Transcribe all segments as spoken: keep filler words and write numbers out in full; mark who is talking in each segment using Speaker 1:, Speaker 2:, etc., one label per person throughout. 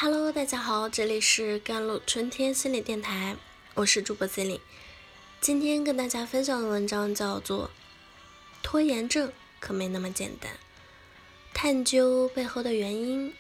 Speaker 1: Hello，大家好，这里是甘露春天心理电台，我是主播 C 琳。今天跟大家分享的文章叫做拖延症可没那么简单，探究背后的原因。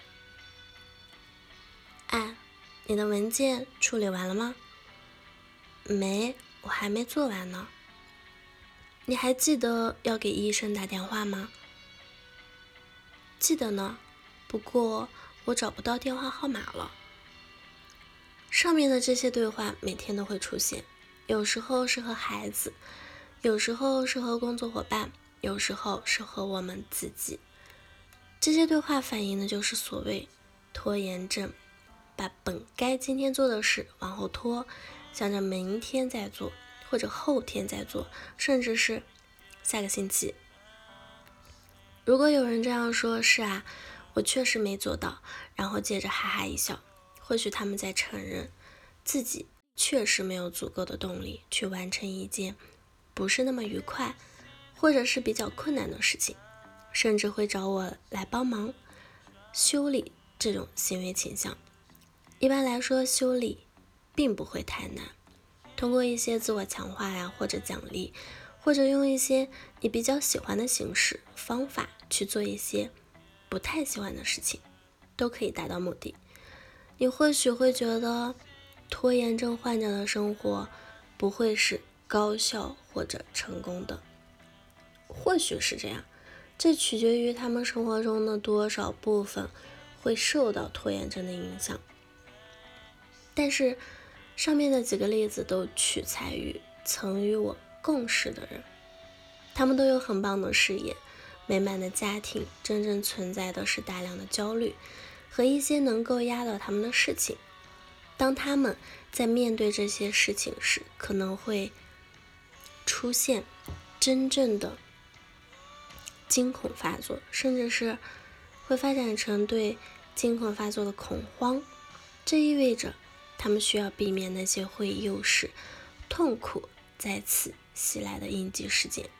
Speaker 1: 哎，你的文件处理完了吗？没，我还没做完呢。你还记得要给医生打电话吗？记得呢，不过我找不到电话号码了。上面的这些对话每天都会出现，有时候是和孩子，有时候是和工作伙伴，有时候是和我们自己。这些对话反映的就是所谓拖延症，把本该今天做的事往后拖，想着明天再做，或者后天再做，甚至是下个星期。如果有人这样说，是啊，我确实没做到，然后接着哈哈一笑，或许他们在承认自己确实没有足够的动力去完成一件不是那么愉快或者是比较困难的事情，甚至会找我来帮忙修理这种行为倾向。一般来说，修理并不会太难，通过一些自我强化呀，或者奖励，或者用一些你比较喜欢的形式方法去做一些不太喜欢的事情，都可以达到目的。你或许会觉得拖延症患者的生活不会是高效或者成功的，或许是这样，这取决于他们生活中的多少部分会受到拖延症的影响。但是上面的几个例子都取材于曾与我共事的人，他们都有很棒的事业，美满的家庭，真正存在的是大量的焦虑和一些能够压倒他们的事情。当他们在面对这些事情时，可能会出现真正的惊恐发作，甚至是会发展成对惊恐发作的恐慌。这意味着他们需要避免那些会诱使痛苦再次袭来的应激事件。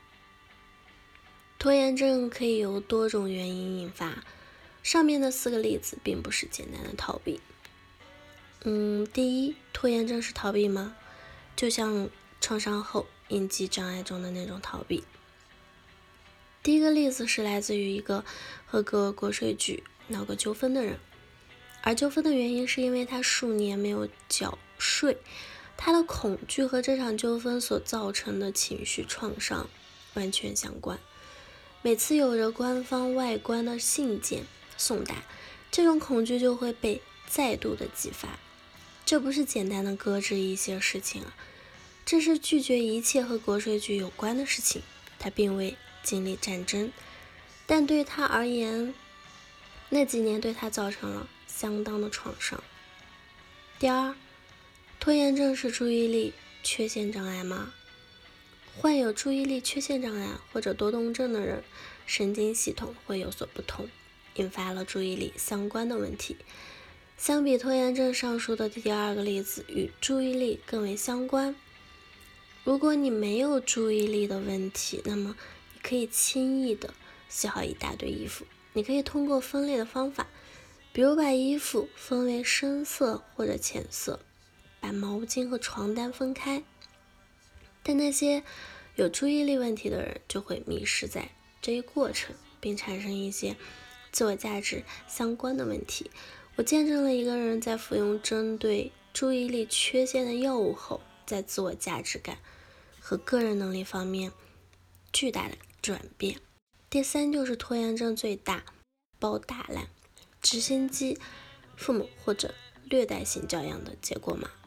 Speaker 1: 拖延症可以由多种原因引发，上面的四个例子并不是简单的逃避。嗯，第一，拖延症是逃避吗？就像创伤后应激障碍中的那种逃避。第一个例子是来自于一个和个国税局闹过纠纷的人，而纠纷的原因是因为他数年没有缴税，他的恐惧和这场纠纷所造成的情绪创伤完全相关。每次有着官方外观的信件送达，这种恐惧就会被再度的激发。这不是简单的搁置一些事情啊，这是拒绝一切和国税局有关的事情。他并未经历战争，但对他而言，那几年对他造成了相当的创伤。第二，拖延症是注意力缺陷障碍吗？患有注意力缺陷障碍或者多动症的人，神经系统会有所不同，引发了注意力相关的问题。相比拖延症上述的第二个例子与注意力更为相关。如果你没有注意力的问题，那么你可以轻易的洗好一大堆衣服。你可以通过分类的方法，比如把衣服分为深色或者浅色，把毛巾和床单分开。但那些有注意力问题的人就会迷失在这一过程，并产生一些自我价值相关的问题。我见证了一个人在服用针对注意力缺陷的药物后，在自我价值感和个人能力方面巨大的转变。第三就是拖延症最大包大烂，直升机父母或者虐待性教养的结果吗？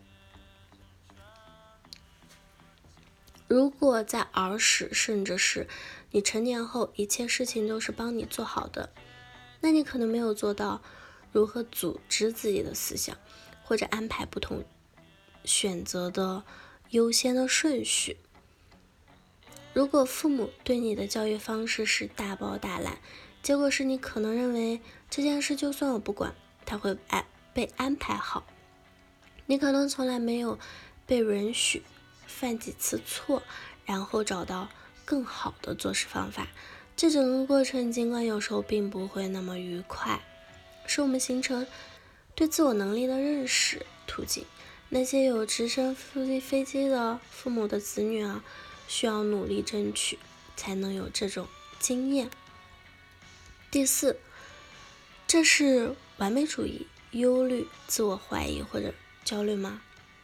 Speaker 1: 如果在儿时，甚至是你成年后，一切事情都是帮你做好的，那你可能没有做到如何组织自己的思想，或者安排不同选择的优先的顺序。如果父母对你的教育方式是大包大揽，结果是你可能认为这件事就算我不管，它会被安排好。你可能从来没有被允许犯几次错，然后找到更好的做事方法。这整个过程尽管有时候并不会那么愉快， 是我们形成对自我能力的认识途径。那些有直升飞机的父母的子女啊，需要努力争取，才能有这种经验。第四，这是完美主义、忧虑、自我怀疑或者焦虑吗？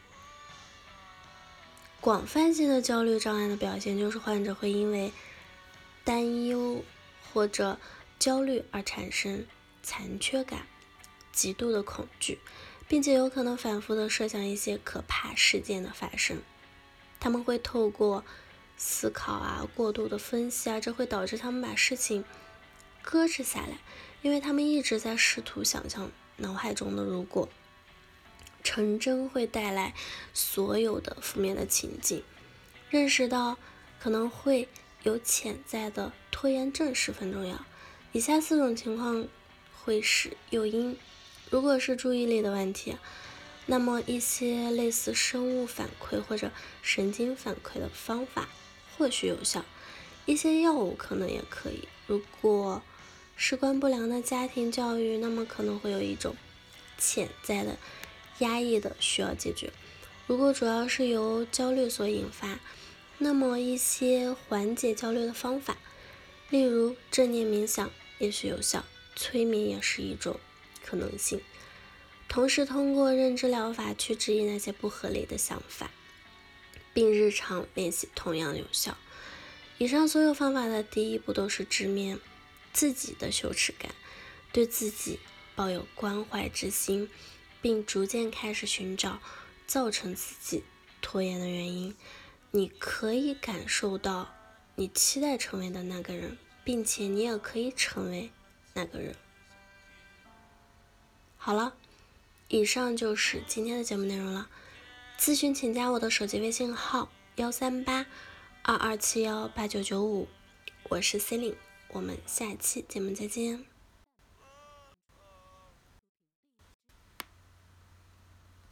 Speaker 1: 广泛性的焦虑障碍的表现就是患者会因为担忧或者焦虑而产生残缺感、极度的恐惧，并且有可能反复的设想一些可怕事件的发生。他们会透过思考啊、过度的分析啊，这会导致他们把事情搁置下来，因为他们一直在试图想象脑海中的如果成真会带来所有的负面的情景。认识到可能会有潜在的拖延症十分重要。以下四种情况会使诱因。如果是注意力的问题，那么一些类似生物反馈或者神经反馈的方法或许有效，一些药物可能也可以。如果事关不良的家庭教育，那么可能会有一种潜在的压抑的需要解决。如果主要是由焦虑所引发，那么一些缓解焦虑的方法，例如正念冥想也许有效，催眠也是一种可能性。同时通过认知疗法去质疑那些不合理的想法，并日常练习同样有效。以上所有方法的第一步都是直面自己的羞耻感，对自己抱有关怀之心，并逐渐开始寻找造成自己拖延的原因。你可以感受到你期待成为的那个人，并且你也可以成为那个人。好了，以上就是今天的节目内容了。咨询请加我的手机微信号幺三八二二七幺八九九五，我是 Celine，我们下期节目再见。